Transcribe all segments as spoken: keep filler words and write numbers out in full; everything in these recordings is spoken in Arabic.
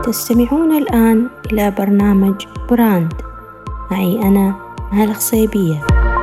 تستمعون الآن إلى برنامج براند معي أنا مها الخصيبية.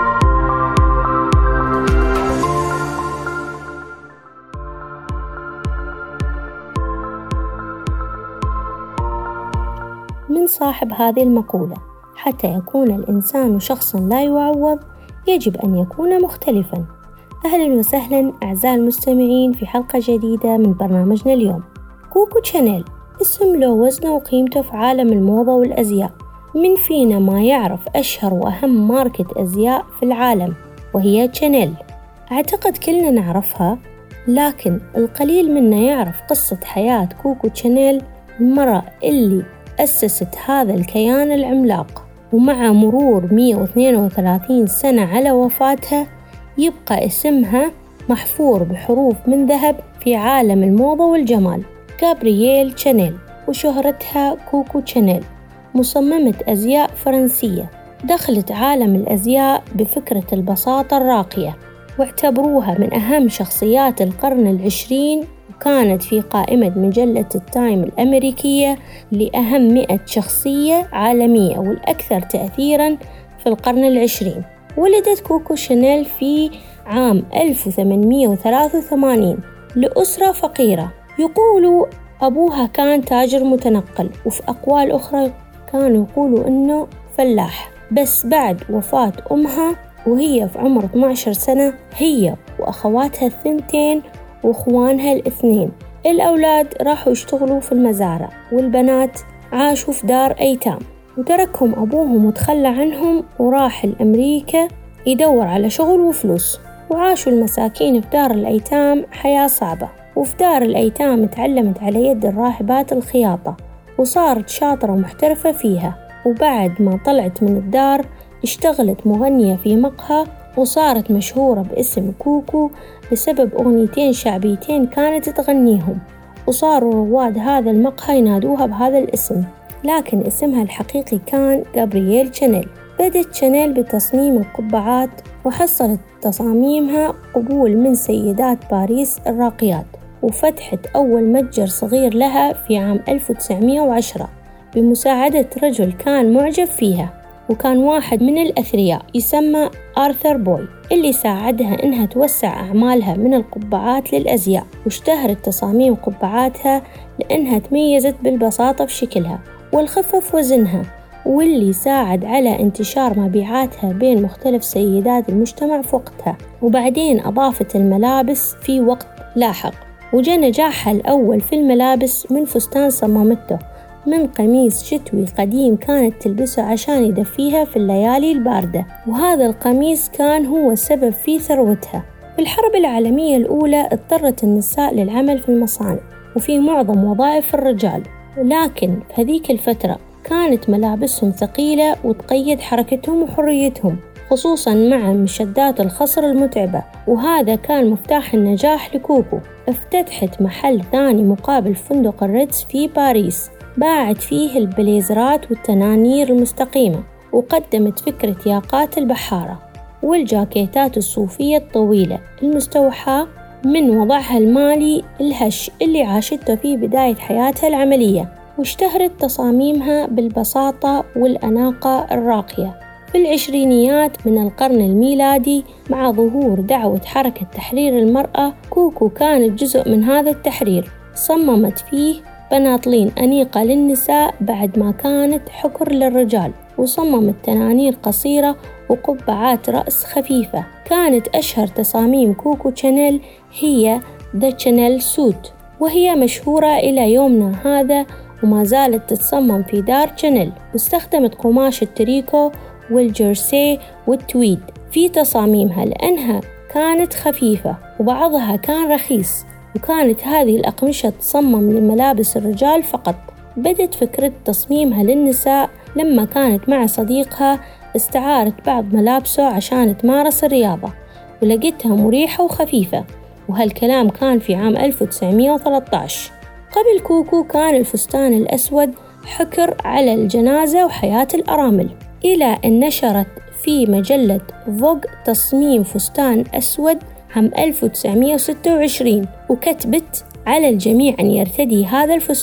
من صاحب هذه المقولة: حتى يكون الإنسان شخصاً لا يعوض يجب أن يكون مختلفاً. أهلاً وسهلاً أعزائي المستمعين في حلقة جديدة من برنامجنا اليوم. كوكو شانيل اسم له وزنه وقيمته في عالم الموضة والأزياء. من فينا ما يعرف أشهر وأهم ماركة أزياء في العالم وهي شانيل؟ أعتقد كلنا نعرفها، لكن القليل منا يعرف قصة حياة كوكو شانيل، المرأة اللي أسست هذا الكيان العملاق. ومع مرور مئة واثنين وثلاثين سنة على وفاتها يبقى اسمها محفور بحروف من ذهب في عالم الموضة والجمال. غابرييل شانيل، وشهرتها كوكو شانيل، مصممة أزياء فرنسية دخلت عالم الأزياء بفكرة البساطة الراقية، واعتبروها من أهم شخصيات القرن العشرين، وكانت في قائمة مجلة التايم الأمريكية لأهم مئة شخصية عالمية والأكثر تأثيراً في القرن العشرين. ولدت كوكو شانيل في عام ألف وثمانمئة وثلاثة وثمانين لأسرة فقيرة. يقولوا أبوها كان تاجر متنقل، وفي أقوال أخرى كانوا يقولوا إنه فلاح. بس بعد وفاة أمها وهي في عمر اثنتي عشرة سنة، هي وأخواتها الثنتين وأخوانها الاثنين الأولاد راحوا يشتغلوا في المزارع، والبنات عاشوا في دار أيتام. وتركهم أبوهم وتخلى عنهم وراح لأمريكا يدور على شغل وفلوس، وعاشوا المساكين في دار الأيتام حياة صعبة. وفي دار الأيتام تعلمت على يد الراهبات الخياطة، وصارت شاطرة ومحترفة فيها. وبعد ما طلعت من الدار اشتغلت مغنية في مقهى، وصارت مشهورة باسم كوكو بسبب أغنيتين شعبيتين كانت تغنيهم، وصاروا رواد هذا المقهى ينادوها بهذا الاسم، لكن اسمها الحقيقي كان غابرييل شانيل. بدت شانيل بتصميم القبعات، وحصلت تصاميمها قبول من سيدات باريس الراقيات، وفتحت أول متجر صغير لها في عام ألف وتسعمئة وعشرة بمساعدة رجل كان معجب فيها، وكان واحد من الأثرياء يسمى آرثر بوي، اللي ساعدها إنها توسع أعمالها من القبعات للأزياء. واشتهرت تصاميم قبعاتها لأنها تميزت بالبساطة في شكلها والخفة في وزنها، واللي ساعد على انتشار مبيعاتها بين مختلف سيدات المجتمع في وقتها. وبعدين أضافت الملابس في وقت لاحق، وجاء نجاحها الأول في الملابس من فستان صممته من قميص شتوي قديم كانت تلبسه عشان يدفيها في الليالي الباردة، وهذا القميص كان هو السبب في ثروتها. في الحرب العالمية الأولى اضطرت النساء للعمل في المصانع وفي معظم وظائف الرجال، لكن في هذيك الفترة كانت ملابسهم ثقيلة وتقيد حركتهم وحريتهم، خصوصاً مع مشدات الخصر المتعبة. وهذا كان مفتاح النجاح لكوكو. افتتحت محل ثاني مقابل فندق الريتز في باريس، باعت فيه البليزرات والتنانير المستقيمة، وقدمت فكرة ياقات البحارة والجاكيتات الصوفية الطويلة المستوحاة من وضعها المالي الهش اللي عاشته في بداية حياتها العملية. واشتهرت تصاميمها بالبساطة والأناقة الراقية. في العشرينيات من القرن الميلادي، مع ظهور دعوة حركة تحرير المرأة، كوكو كانت جزء من هذا التحرير. صممت فيه بناطلين أنيقة للنساء بعد ما كانت حكر للرجال، وصممت تنانير قصيرة وقبعات رأس خفيفة. كانت أشهر تصاميم كوكو شانيل هي The Chanel Suit، وهي مشهورة إلى يومنا هذا وما زالت تتصمم في دار شانيل. واستخدمت قماش التريكو والجيرسي والتويد في تصاميمها لأنها كانت خفيفة، وبعضها كان رخيص، وكانت هذه الأقمشة تصمم لملابس الرجال فقط. بدت فكرة تصميمها للنساء لما كانت مع صديقها استعارت بعض ملابسه عشان تمارس الرياضة، ولقيتها مريحة وخفيفة، وهالكلام كان في عام ألف وتسعمئة وثلاثة عشر. قبل كوكو كان الفستان الأسود حكر على الجنازة وحياة الأرامل، إلى أن نشرت في مجلة فوغ تصميم فستان أسود عام ألف وتسعمئة وستة وعشرين، وكتبت على الجميع أن يرتدي هذا الفستان،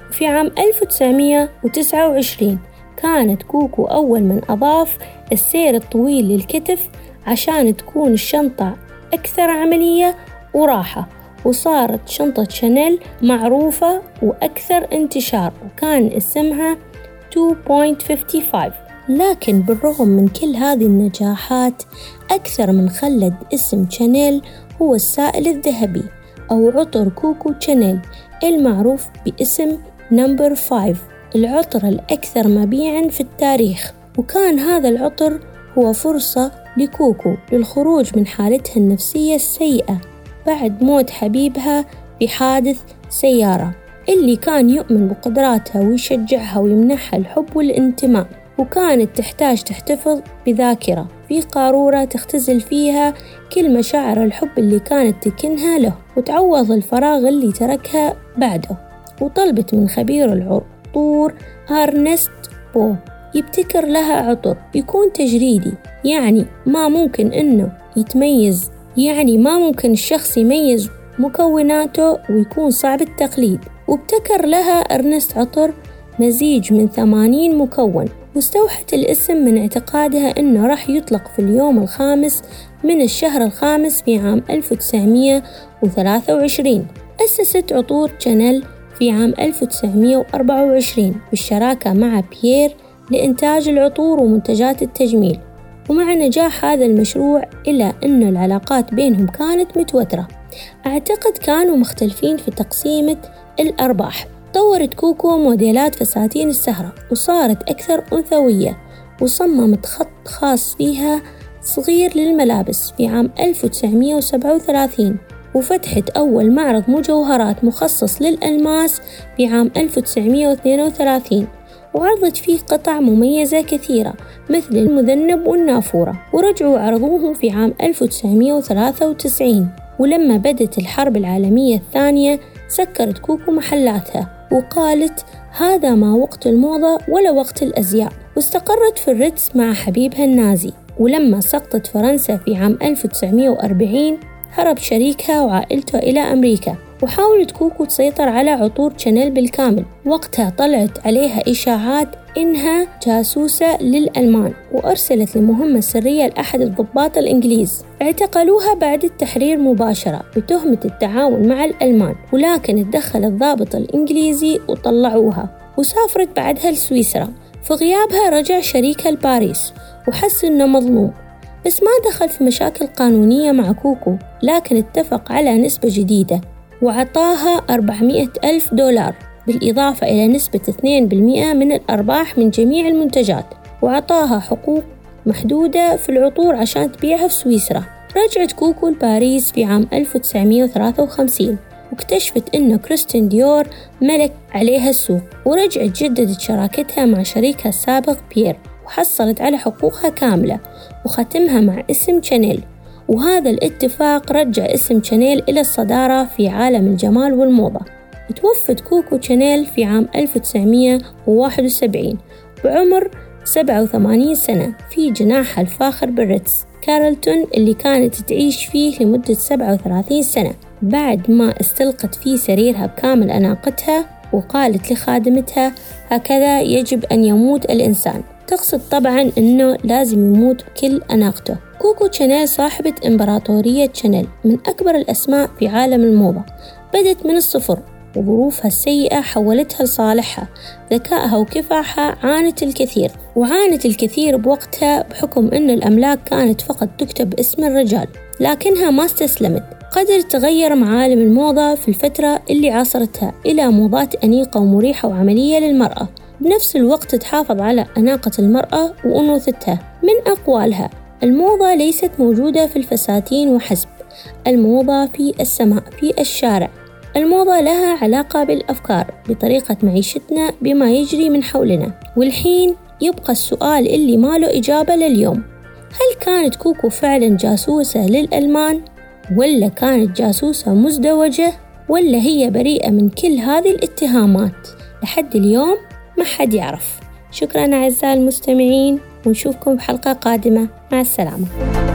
وفي عام ألف وتسعمية وتسعة وعشرين كانت كوكو أول من أضاف السير الطويل للكتف عشان تكون الشنطة أكثر عملية وراحة، وصارت شنطة شانيل معروفة وأكثر انتشار، وكان اسمها اثنين فاصلة خمسة وخمسين. لكن بالرغم من كل هذه النجاحات، أكثر من خلد اسم شانيل هو السائل الذهبي أو عطر كوكو شانيل المعروف باسم نمبر خمسة، العطر الأكثر مبيعاً في التاريخ. وكان هذا العطر هو فرصة لكوكو للخروج من حالتها النفسية السيئة بعد موت حبيبها بحادث سيارة، اللي كان يؤمن بقدراتها ويشجعها ويمنحها الحب والانتماء. وكانت تحتاج تحتفظ بذاكرة في قارورة تختزل فيها كل مشاعر الحب اللي كانت تكنها له وتعوض الفراغ اللي تركها بعده. وطلبت من خبير العطور أرنست بو يبتكر لها عطر يكون تجريدي، يعني ما ممكن إنه يتميز يعني ما ممكن الشخص يميز مكوناته ويكون صعب التقليد. وابتكر لها أرنست عطر مزيج من ثمانين مكون، واستوحت الاسم من اعتقادها إنه راح يطلق في اليوم الخامس من الشهر الخامس في عام ألف وتسعمية وثلاثة وعشرين. أسست عطور شانيل في عام ألف وتسعمية وأربعة وعشرين بالشراكة مع بيير لإنتاج العطور ومنتجات التجميل. ومع نجاح هذا المشروع إلا أن العلاقات بينهم كانت متوترة، أعتقد كانوا مختلفين في تقسيمة الأرباح. طورت كوكو موديلات فساتين السهرة وصارت أكثر أنثوية، وصممت خط خاص فيها صغير للملابس في عام ألف وتسعمية وسبعة وثلاثين. وفتحت أول معرض مجوهرات مخصص للألماس في عام ألف وتسعمية واثنين وثلاثين، وعرضت فيه قطع مميزة كثيرة مثل المذنب والنافورة، ورجعوا عرضوهم في عام ألف وتسعمية وثلاثة وتسعين. ولما بدت الحرب العالمية الثانية سكرت كوكو محلاتها وقالت هذا ما وقت الموضة ولا وقت الأزياء، واستقرت في الريتز مع حبيبها النازي. ولما سقطت فرنسا في عام ألف وتسعمية وأربعين هرب شريكها وعائلته إلى أمريكا، وحاولت كوكو تسيطر على عطور شانيل بالكامل. وقتها طلعت عليها إشاعات إنها جاسوسة للألمان، وأرسلت لمهمة سرية لأحد الضباط الإنجليز، اعتقلوها بعد التحرير مباشرة بتهمة التعاون مع الألمان، ولكن اتدخل الضابط الإنجليزي وطلعوها. وسافرت بعدها لسويسرا. في غيابها رجع شريكها لباريس وحس إنه مظلوم، بس ما دخل في مشاكل قانونية مع كوكو، لكن اتفق على نسبة جديدة وعطاها أربعمائة ألف دولار، بالإضافة إلى نسبة اثنين بالمئة من الأرباح من جميع المنتجات، وعطاها حقوق محدودة في العطور عشان تبيعها في سويسرا. رجعت كوكو لباريس في عام ألف وتسعمية وثلاثة وخمسين، واكتشفت إنه كريستيان ديور ملك عليها السوق، ورجعت جددت شراكتها مع شريكها السابق بيير، وحصلت على حقوقها كاملة وختمها مع اسم شانيل. وهذا الاتفاق رجع اسم شانيل إلى الصدارة في عالم الجمال والموضة. توفت كوكو شانيل في عام ألف وتسعمية وواحد وسبعين بعمر سبعة وثمانين سنة في جناحها الفاخر بالريتز كارلتون اللي كانت تعيش فيه لمدة سبعة وثلاثين سنة، بعد ما استلقت فيه سريرها بكامل أناقتها وقالت لخادمتها هكذا يجب أن يموت الإنسان، تقصد طبعاً أنه لازم يموت كل أناقته. كوكو شانيل صاحبة إمبراطورية شانيل، من أكبر الأسماء في عالم الموضة. بدت من الصفر، وظروفها السيئة حولتها لصالحها. ذكائها وكفاحها عانت الكثير، وعانت الكثير بوقتها بحكم أن الأملاك كانت فقط تكتب اسم الرجال، لكنها ما استسلمت. قدرت تغير معالم الموضة في الفترة اللي عاصرتها إلى موضات أنيقة ومريحة وعملية للمرأة، بنفس الوقت تحافظ على أناقة المرأة وأنوثتها. من أقوالها: الموضة ليست موجودة في الفساتين وحسب، الموضة في السماء، في الشارع. الموضة لها علاقة بالأفكار، بطريقة معيشتنا، بما يجري من حولنا. والحين يبقى السؤال اللي ما له إجابة لليوم: هل كانت كوكو فعلا جاسوسة للألمان؟ ولا كانت جاسوسة مزدوجة؟ ولا هي بريئة من كل هذه الاتهامات؟ لحد اليوم ما حد يعرف. شكرا أعزائي المستمعين، ونشوفكم بحلقة قادمة. مع السلامة.